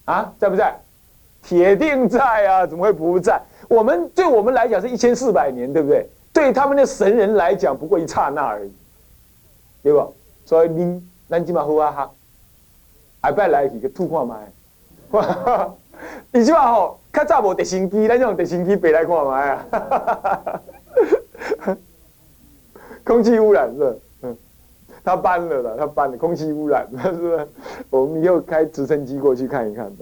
啊，在不在？铁定在啊，怎么会不在？对我们来讲是1400年，对不对？对他们的神人来讲，不过一刹那而已，对吧？所以咱今嘛好啊哈，下摆来去个吐看卖。你即嘛吼，较早无直升机，咱用直升机飞来看卖啊。空气污染是，他搬了啦，他搬了空气污染，是不是？我们以后开直升机过去看一看。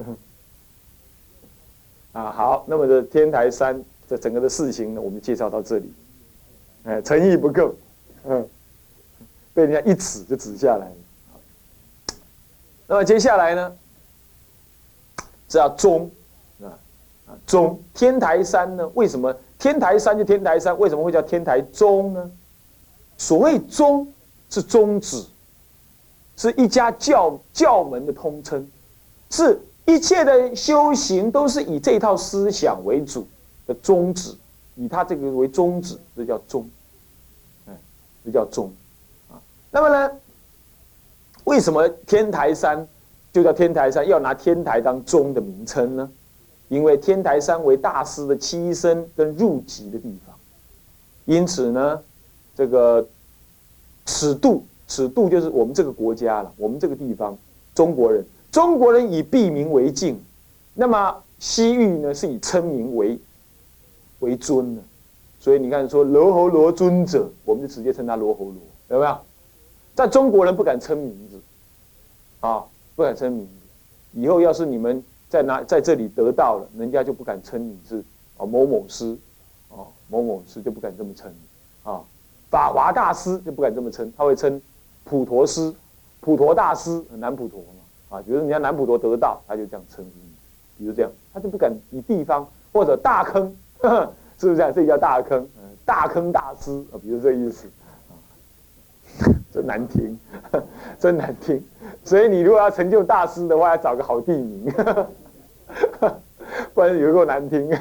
啊，好，那么这天台山这整个的事情呢，我们介绍到这里。诚意不够，被人家一指就指下来了。那么接下来呢，这叫宗宗天台山呢？为什么天台山就天台山？为什么会叫天台宗呢？所谓宗是宗旨，是一家教门的通称，是一切的修行都是以这套思想为主的宗旨，以它这个为宗旨，这叫宗，这叫宗啊。那么呢，为什么天台山就叫天台山，要拿天台当宗的名称呢？因为天台山为大师的栖身跟入籍的地方，因此呢，这个尺度就是我们这个国家了，我们这个地方，中国人以地名为境，那么西域呢是以称名为尊的，所以你看说罗侯罗尊者，我们就直接称他罗侯罗，有没有？在中国人不敢称名字，啊，不敢称名字。以后要是你们在这里得到了，人家就不敢称你是某某师，某某师就不敢这么称啊。法华大师就不敢这么称，他会称普陀师、普陀大师、南普陀嘛，比如人家南普陀得道，他就这样称呼你，比如这样，他就不敢以地方或者大坑，是不是这样？这叫大坑，大坑大师比如这意思，真难听，真难听。所以你如果要成就大师的话，要找个好地名，不然有够难听。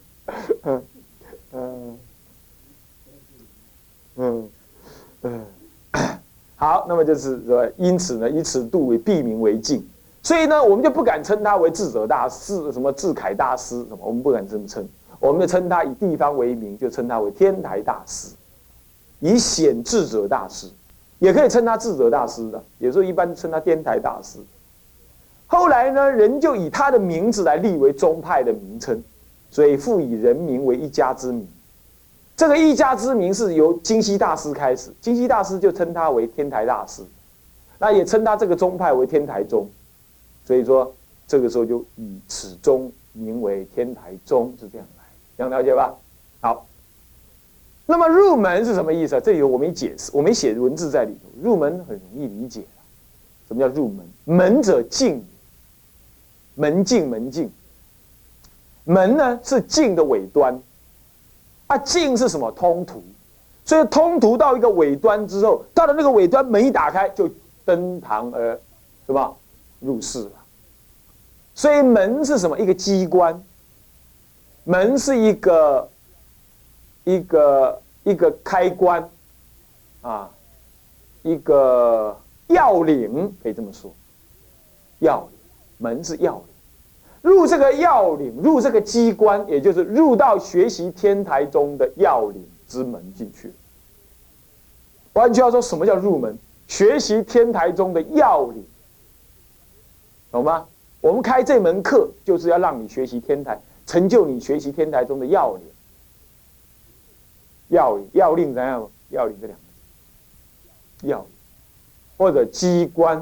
好，那么就是说，因此呢，以此度为地名为境，所以呢，我们就不敢称他为智者大师，什么智凯大师，什么我们不敢这么称，我们就称他以地方为名，就称他为天台大师，以显智者大师，也可以称他智者大师的，有时候一般称他天台大师。后来呢，人就以他的名字来立为宗派的名称，所以复以人名为一家之名。这个一家之名是由金溪大师开始，金溪大师就称他为天台大师，那也称他这个宗派为天台宗，所以说这个时候就以此宗名为天台宗，是这样来，这样了解吧？好，那么入门是什么意思？这里我没解释，我没写文字在里头。入门很容易理解，什么叫入门？门者径，门径门径，门呢是径的尾端。径是什么？通途，所以通途到一个尾端之后，到了那个尾端，门一打开就登堂而什么入室了。所以门是什么？一个机关，门是一个开关一个要领，可以这么说。要领，门是要领。入这个要领，入这个机关，也就是入到学习天台宗的要领之门进去。换句话说，什么叫入门？学习天台宗的要领，懂吗？我们开这门课就是要让你学习天台，成就你学习天台宗的要领。要领怎样？要领这两个字，要领或者机关。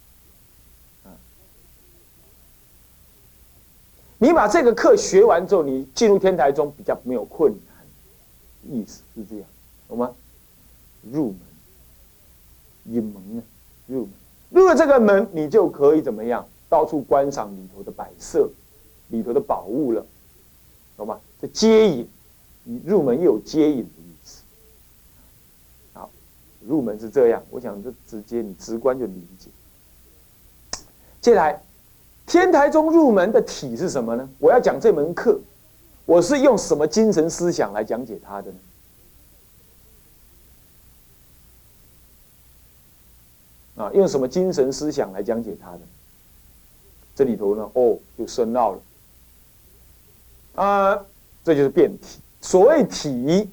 你把这个课学完之后，你进入天台宗比较没有困难，意思是这样，懂吗？入门，引门啊，入门，入了这个门，你就可以怎么样？到处观赏里头的摆设，里头的宝物了，懂吗？这接引，你入门又有接引的意思。好，入门是这样，我想这直接你直观就理解。接下来。天台宗入门的体是什么呢？我要讲这门课，我是用什么精神思想来讲解它的呢？用什么精神思想来讲解它的？ 这里头呢，就深奥了。这就是辩体。所谓体，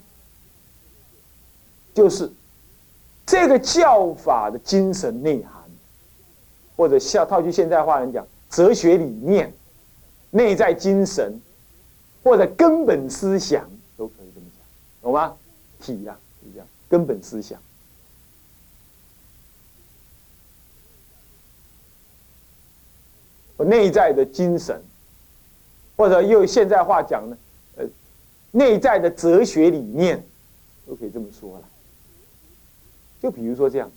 就是这个教法的精神内涵，或者套句现代话人讲，哲学理念、内在精神或者根本思想都可以这么讲，懂吗？体啦，是这样，根本思想。内在的精神，或者用现在话讲呢，内在的哲学理念，都可以这么说了。就比如说这样，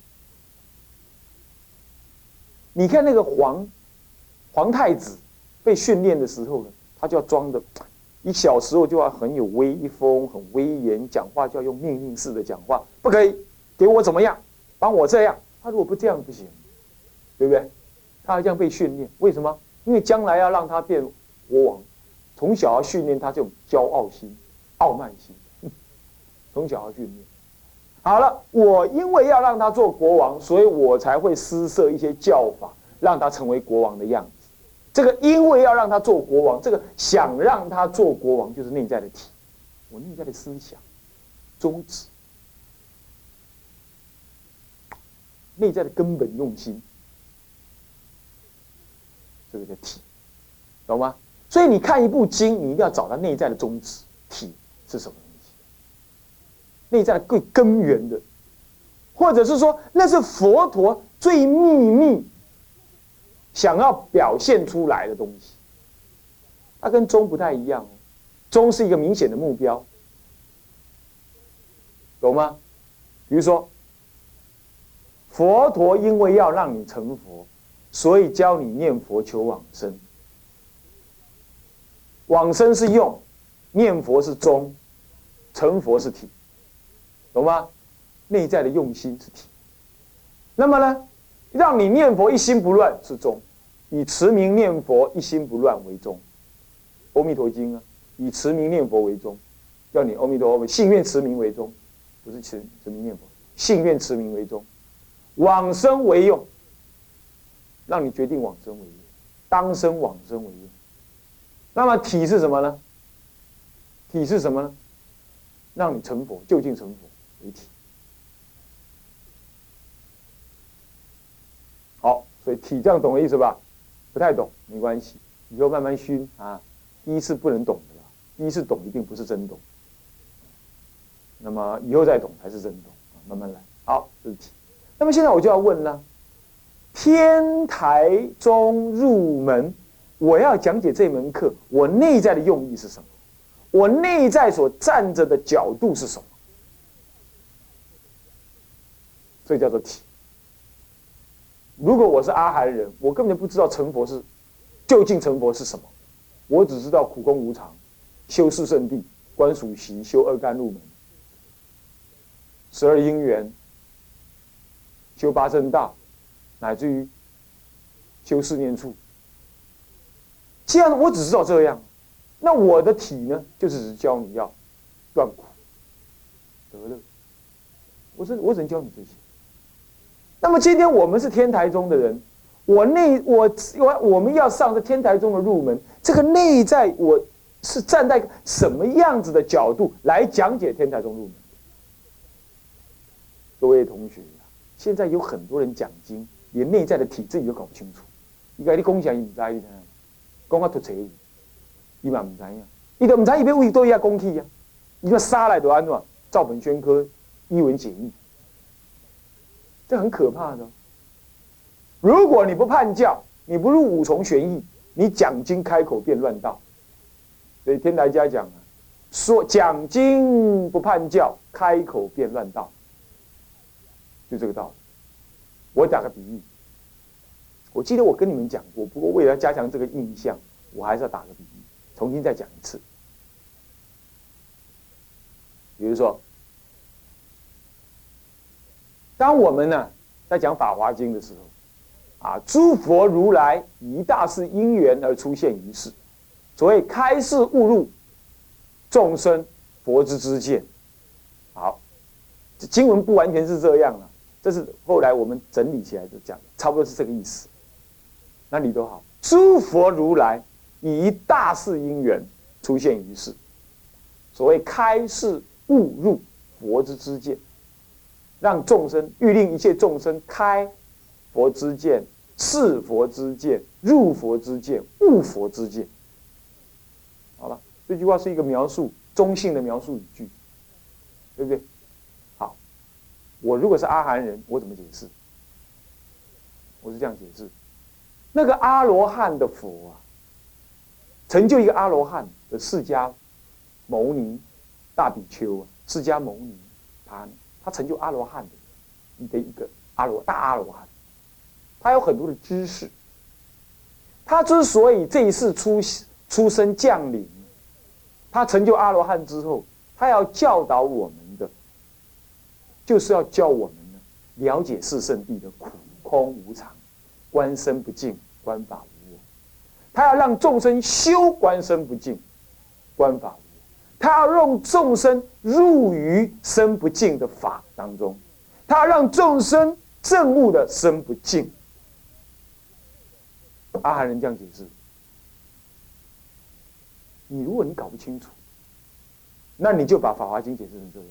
你看那个皇太子被训练的时候呢，他就要装的，一小时候就要很有威风、很威严，讲话就要用命令式的讲话，不可以给我怎么样，帮我这样。他如果不这样不行，对不对？他要这样被训练，为什么？因为将来要让他变国王，从小要训练他这种骄傲心、傲慢心，从小要训练。好了，我因为要让他做国王，所以我才会施设一些教法，让他成为国王的样子。这个因为要让他做国王，这个想让他做国王，就是内在的体，我内在的思想、宗旨、内在的根本用心。这个叫体，懂吗？所以你看一部经，你一定要找它内在的宗旨，体是什么东西？内在的最根源的，或者是说，那是佛陀最秘密想要表现出来的东西。它跟宗不太一样哦，宗是一个明显的目标，懂吗？比如说，佛陀因为要让你成佛，所以教你念佛求往生。往生是用，念佛是宗，成佛是体，懂吗？内在的用心是体。那么呢，让你念佛一心不乱是宗，以持名念佛一心不乱为宗。阿弥陀经啊，以持名念佛为宗，要你阿弥陀佛信愿持名为宗，不是持名念佛，信愿持名为宗。往生为用，让你决定往生为用，当生往生为用。那么体是什么呢？体是什么呢？让你成佛，就近成佛为体。好，所以体这样懂的意思吧？不太懂没关系，以后慢慢熏啊。第一次不能懂的啦，第一次懂一定不是真懂。那么以后再懂才是真懂啊，慢慢来。好，这是体。那么现在我就要问了，天台宗入门，我要讲解这门课，我内在的用意是什么？我内在所站着的角度是什么？这叫做体。如果我是阿含人，我根本就不知道成佛是究竟成佛是什么，我只知道苦空无常，修四圣谛，观属习，修二甘露门，12因缘，修八正道，乃至于修四念处。既然我只知道这样，那我的体呢，就是只教你要断苦得乐。我只能教你这些。那么今天我们是天台宗的人，我们要上这天台宗的入门，这个内在我是站在什么样子的角度来讲解天台宗入门？各位同学啊，现在有很多人讲经，连内在的体自己都搞不清楚。伊甲你讲啥，伊唔知，你听，讲啊突切，伊嘛唔知影，伊都唔知伊要为对遐讲起啊，伊要杀来就安怎？照本宣科，一文解义。这很可怕的。如果你不判教，你不入五重玄义，你讲经开口便乱道。所以天台家讲啊，说讲经不判教，开口便乱道，就这个道理。我打个比喻，我记得我跟你们讲过，不过为了加强这个印象，我还是要打个比喻，重新再讲一次。比如说，当我们呢在讲《法华经》的时候，啊，诸佛如来以大事因缘而出现于世，所谓开示悟入众生佛之知见。好，经文不完全是这样了，这是后来我们整理起来就讲，差不多是这个意思。那里头好， 诸佛如来以一大事因缘出现于世，所谓开示悟入佛之知见，让众生欲令一切众生开佛之见、示佛之见、入佛之见、悟佛之见。好了，这句话是一个描述中性的描述语句，对不对？好，我如果是阿含人，我怎么解释？我是这样解释：那个阿罗汉的佛啊，成就一个阿罗汉的释迦牟尼大比丘啊，释迦牟尼他成就阿罗汉的一个大阿罗汉，他有很多的知识。他之所以这一世出生降临，他成就阿罗汉之后，他要教导我们的，就是要教我们呢了解四圣谛的苦空无常、观身不净、观法无我。他要让众生修观身不净、观法无我。他要让众生入于身不净的法当中，他要让众生证悟的身不净。阿含人这样解释。如果你搞不清楚，那你就把《法华经》解释成这样：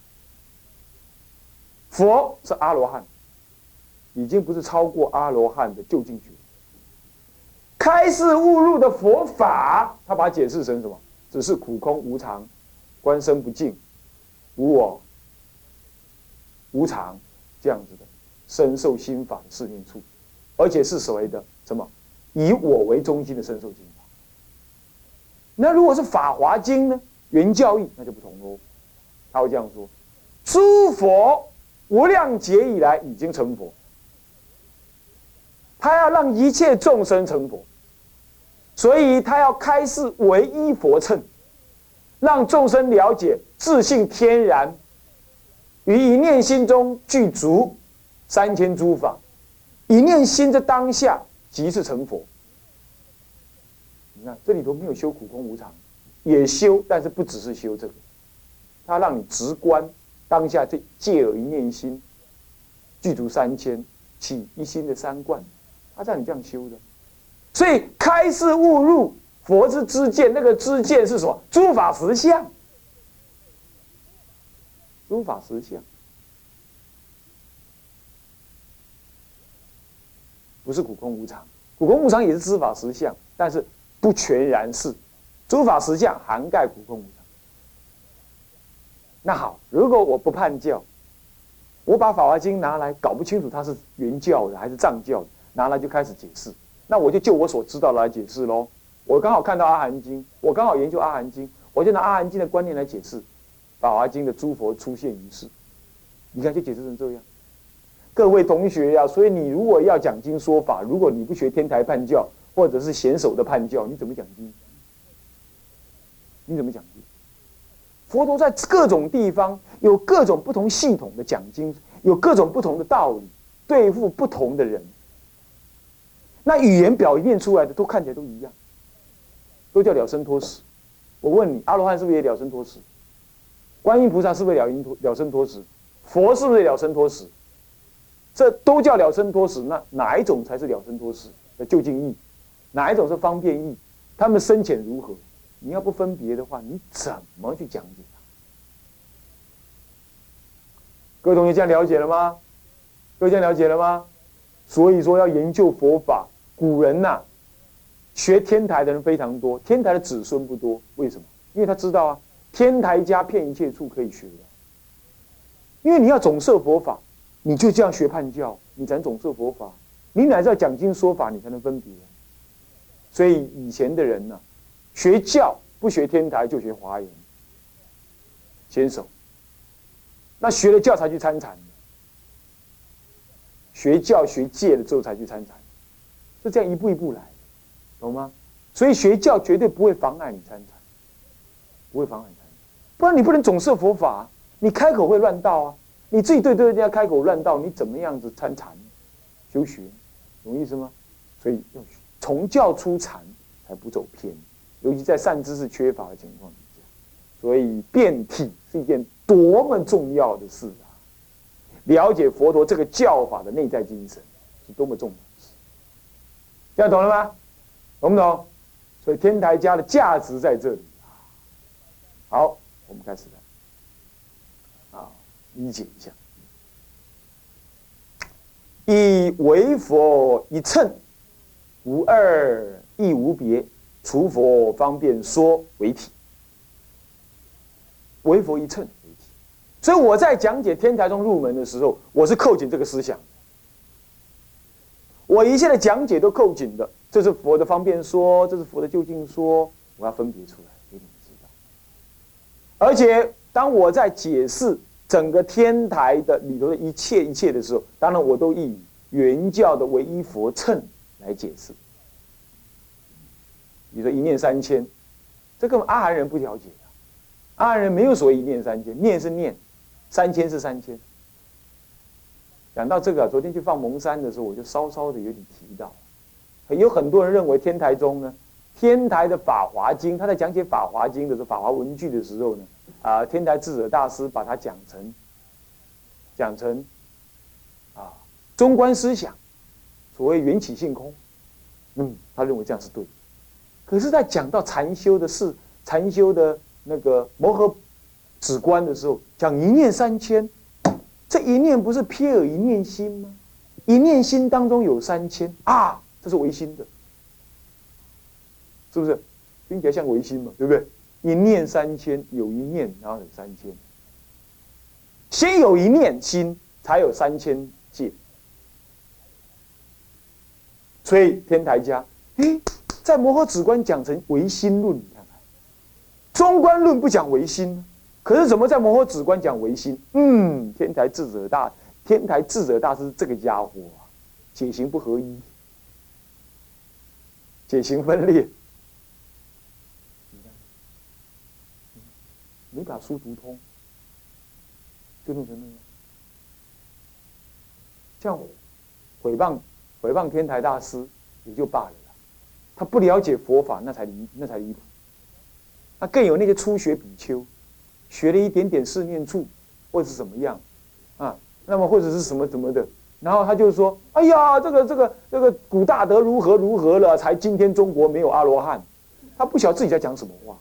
佛是阿罗汉，已经不是超过阿罗汉的究竟觉。开示悟入的佛法，他把它解释成什么？只是苦空无常、观身不净、无我、无常这样子的深受心法的四念处，而且是所谓的什么以我为中心的深受心法。那如果是《法华经》呢？原教义那就不同喽。他会这样说：诸佛无量劫以来已经成佛，他要让一切众生成佛，所以他要开示唯一佛乘，让众生了解自性天然，于一念心中具足3000诸法，一念心的当下即是成佛。你看这里头没有修苦空无常，也修，但是不只是修这个，他让你直观当下这借有一念心，具足3000，起一心的三观，他让你这样修的。所以开示悟入佛之知见，那个知见是什么？诸法实相，诸法实相，不是苦空无常。苦空无常也是诸法实相，但是不全然是。诸法实相涵盖苦空无常。那好，如果我不叛教，我把《法华经》拿来，搞不清楚它是原教的还是藏教的，拿来就开始解释，那我就我所知道的来解释喽。我刚好看到《阿含经》，我刚好研究《阿含经》，我就拿《阿含经》的观念来解释《法华经》的诸佛出现于世。你看，就解释成这样。各位同学呀，所以你如果要讲经说法，如果你不学天台叛教或者是显手的叛教，你怎么讲经？你怎么讲经？佛陀在各种地方有各种不同系统的讲经，有各种不同的道理，对付不同的人。那语言表现出来的都看起来都一样，都叫了生脱死。我问你，阿罗汉是不是也了生脱死？观音菩萨是不是了生脱死？佛是不是了生脱死？这都叫了生脱死。那哪一种才是了生脱死的究竟义？哪一种是方便义？他们深浅如何？你要不分别的话，你怎么去讲解它？各位同学这样了解了吗？各位这样了解了吗？所以说要研究佛法，古人呐，学天台的人非常多，天台的子孙不多。为什么？因为他知道啊，天台家遍一切处可以学的。因为你要总摄佛法，你就这样学叛教，你才能总摄佛法。你乃是要讲经说法，你才能分别。所以以前的人呢，学教不学天台就学华严，先手。那学了教才去参禅，学教学戒了之后才去参禅，是这样一步一步来，懂吗？所以学教绝对不会妨碍你参禅，不会妨碍你参禅，不然你不能总摄佛法，你开口会乱道啊！你自己对人家开口乱道，你怎么样子参禅修学，懂意思吗？所以要从教出禅才不走偏，尤其在善知识缺乏的情况底下，所以辩体是一件多么重要的事啊！了解佛陀这个教法的内在精神是多么重要的事，这样懂了吗？ 懂不懂？所以天台家的价值在这里。好，我们开始来理解一下。以为佛一乘，无二亦无别，除佛方便说为体。为佛一乘为体。所以我在讲解天台宗入门的时候，我是扣紧这个思想。我一切的讲解都扣紧的，这是佛的方便说，这是佛的究竟说，我要分别出来给你们知道。而且当我在解释整个天台的里头的一切的时候，当然我都以原教的唯一佛乘来解释。比如说一念三千，这个阿含人不了解的，阿含人没有所谓一念三千，念是念，三千是三千。讲到这个，昨天去放蒙山的时候，我就稍稍的有点提到，有很多人认为天台宗呢，天台的《法华经》，他在讲解《法华经》的时候，《法华文句》的时候呢，天台智者大师把它讲成中观思想，所谓缘起性空，他认为这样是对的。可是，在讲到禅修的那个摩诃止观的时候，讲一念三千。这一念不是瞥尔一念心吗？一念心当中有3000啊，这是唯心的，是不是？听起来像唯心嘛，对不对？一念3000，有一念，然后有3000，先有一念心，才有3000界。所以天台家，在摩诃止观讲成唯心论，你看看，中观论不讲唯心呢？可是怎么在摩诃止观讲唯心？天台智者大师这个家伙解行不合一，解行分裂，没把书读通，就弄成那样。像毁谤天台大师也就罢了啦，他不了解佛法，那才离谱。那更有那些初学比丘。学了一点点四念处，或者是怎么样，那么或者是什么的，然后他就说：“哎呀，这个古大德如何了，才今天中国没有阿罗汉。”他不晓得自己在讲什么话，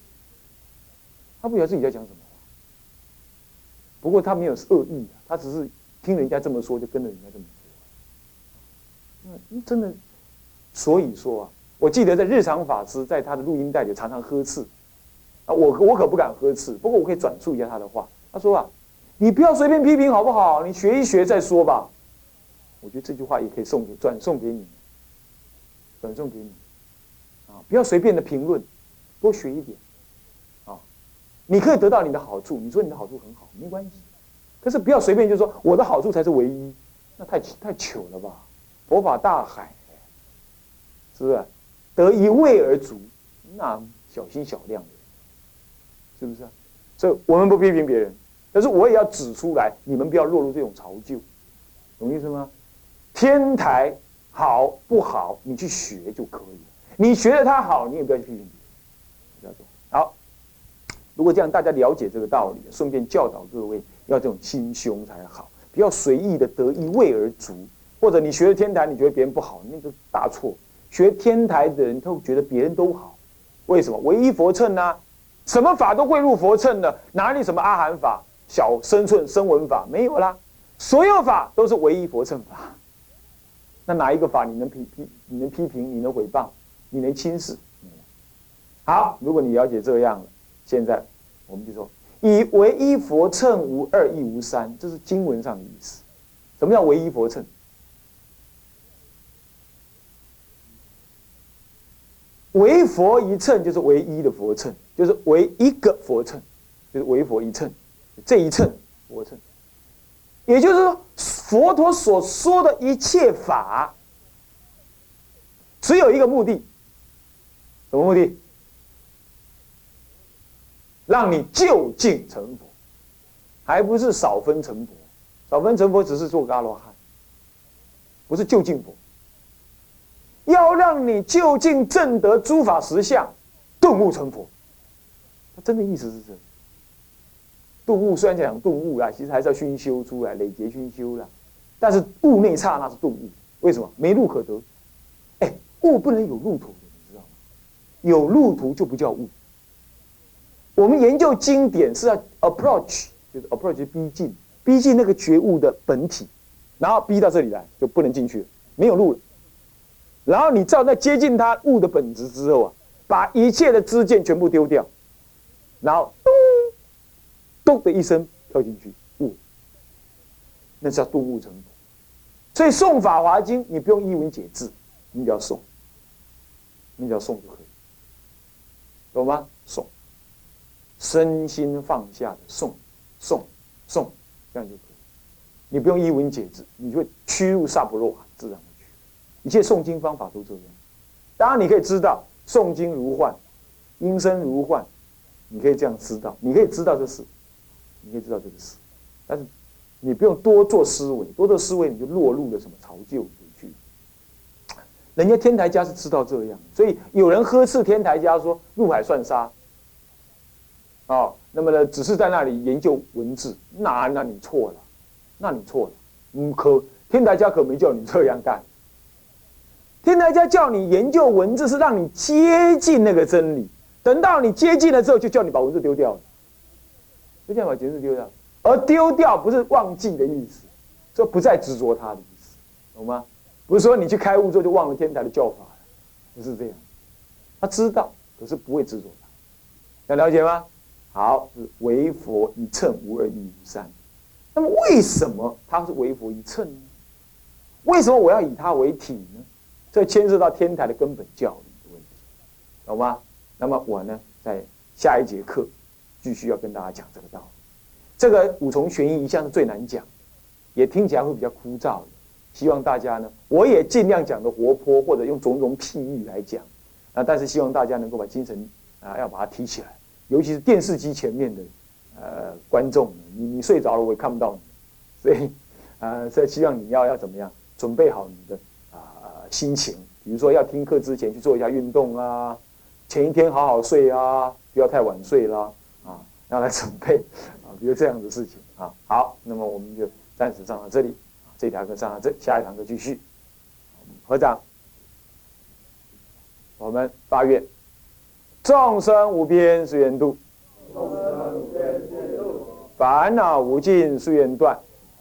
不过他没有恶意，他只是听人家这么说，就跟着人家这么说。真的，所以说我记得在日常法师在他的录音带里常常呵斥。我可不敢呵斥，不过我可以转述一下他的话。他说你不要随便批评好不好？你学一学再说吧。我觉得这句话也可以转送给你，不要随便的评论，多学一点你可以得到你的好处，你说你的好处很好，没关系。可是不要随便就说我的好处才是唯一，那太糗了吧？佛法大海，是不是？得一味而足，那小心小量的。是不是所以我们不批评别人，但是我也要指出来，你们不要落入这种潮臼，懂意思吗？天台好不好，你去学就可以了。你学了它好，你也不要去批评别人。好，如果这样大家了解这个道理，顺便教导各位要这种心胸才好，不要随意的得一味而足。或者你学了天台，你觉得别人不好，那个大错。学天台的人都觉得别人都好，为什么？唯一佛乘啊。什么法都会入佛乘的，哪里什么阿含法、小生寸声闻法没有啦？所有法都是唯一佛乘法。那哪一个法你能批评？你能毁谤？你能轻视？好，如果你了解这样了，现在我们就说以唯一佛乘无二亦无三，这是经文上的意思。什么叫唯一佛乘？唯佛一乘就是唯一的佛乘，就是唯一个佛乘，就是唯佛一乘，这一乘佛乘。也就是说，佛陀所说的一切法，只有一个目的，什么目的？让你就近成佛，还不是少分成佛。少分成佛只是做个阿罗汉，不是就近佛。要让你就近证得诸法实相，顿悟成佛。他真的意思是这。顿悟虽然讲顿悟啦，其实还是要熏修出来，累劫熏修啦。但是悟内刹那是顿悟，为什么？没路可得。悟不能有路途的， 有路途就不叫悟。我们研究经典是要 approach， 就是 approach 逼近那个觉悟的本体，然后逼到这里来就不能进去了，没有路了。然后你照那接近它悟的本质之后啊，把一切的知见全部丢掉，然后咚的一声跳进去悟，那叫顿悟成佛。所以诵《法华经》，你不用一文解字，你只要诵，你只要诵就可以，懂吗？诵，身心放下的诵，这样就可以。你不用一文解字，你就会趋入萨婆若海，自然而去。一切诵经方法都这样。当然，你可以知道诵经如幻，音声如幻，你可以这样知道，你可以知道这事，你可以知道这个事，但是你不用多做思维，多做思维你就落入了什么曹臼里去。人家天台家是知道这样，所以有人呵斥天台家说入海算沙，哦，那么呢，只是在那里研究文字，那你错了，那你错了，天台家可没叫你这样干。天台家叫你研究文字，是让你接近那个真理。等到你接近了之后，就叫你把文字丢掉了，就叫你把文字丢掉。而丢掉不是忘记的意思，说不再执着它的意思，懂吗？不是说你去开悟之后就忘了天台的教法了，不是这样。他知道，可是不会执着它，要了解吗？好，是唯佛一乘，无二亦无三。那么为什么他是唯佛一乘呢？为什么我要以它为体呢？这牵涉到天台的根本教理的问题，懂吗？那么我呢，在下一节课继续要跟大家讲这个道理。这个五重玄义一向是最难讲，也听起来会比较枯燥的。希望大家呢，我也尽量讲的活泼，或者用种种譬喻来讲但是希望大家能够把精神要把它提起来，尤其是电视机前面的观众，你睡着了我也看不到你，所以希望你要怎么样准备好你的心情，比如说要听课之前去做一下运动啊，前一天好好睡啊，不要太晚睡啦要来准备比如这样的事情好，那么我们就暂时上到这里，这堂课上到这，下一堂课继续。合掌，我们发愿，众生无边誓愿度，烦恼无尽誓愿断，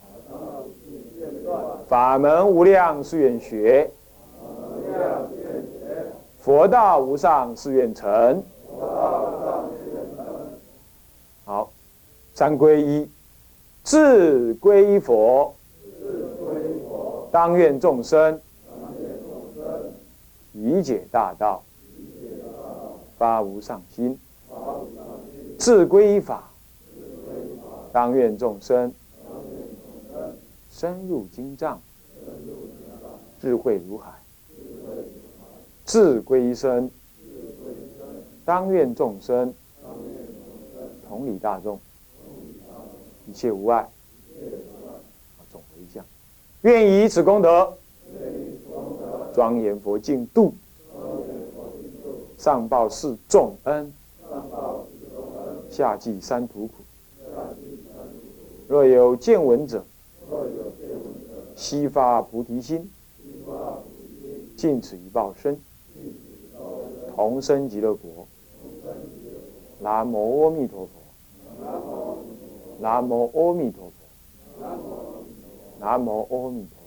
法门无量誓愿学，佛道无上誓愿成。好，三皈依，自皈依佛，当愿众生理解大道，发无上心；自皈依法，当愿众生深入经藏，智慧如海；自皈依身，当愿众生同理大众，一切无碍。总回向，愿以此功德庄严佛净土，上报四重恩，下济三途苦。若有见闻者，悉发菩提心，尽此一报身，同生极乐国。南无阿弥陀佛，南无阿弥陀佛，南无阿弥陀佛。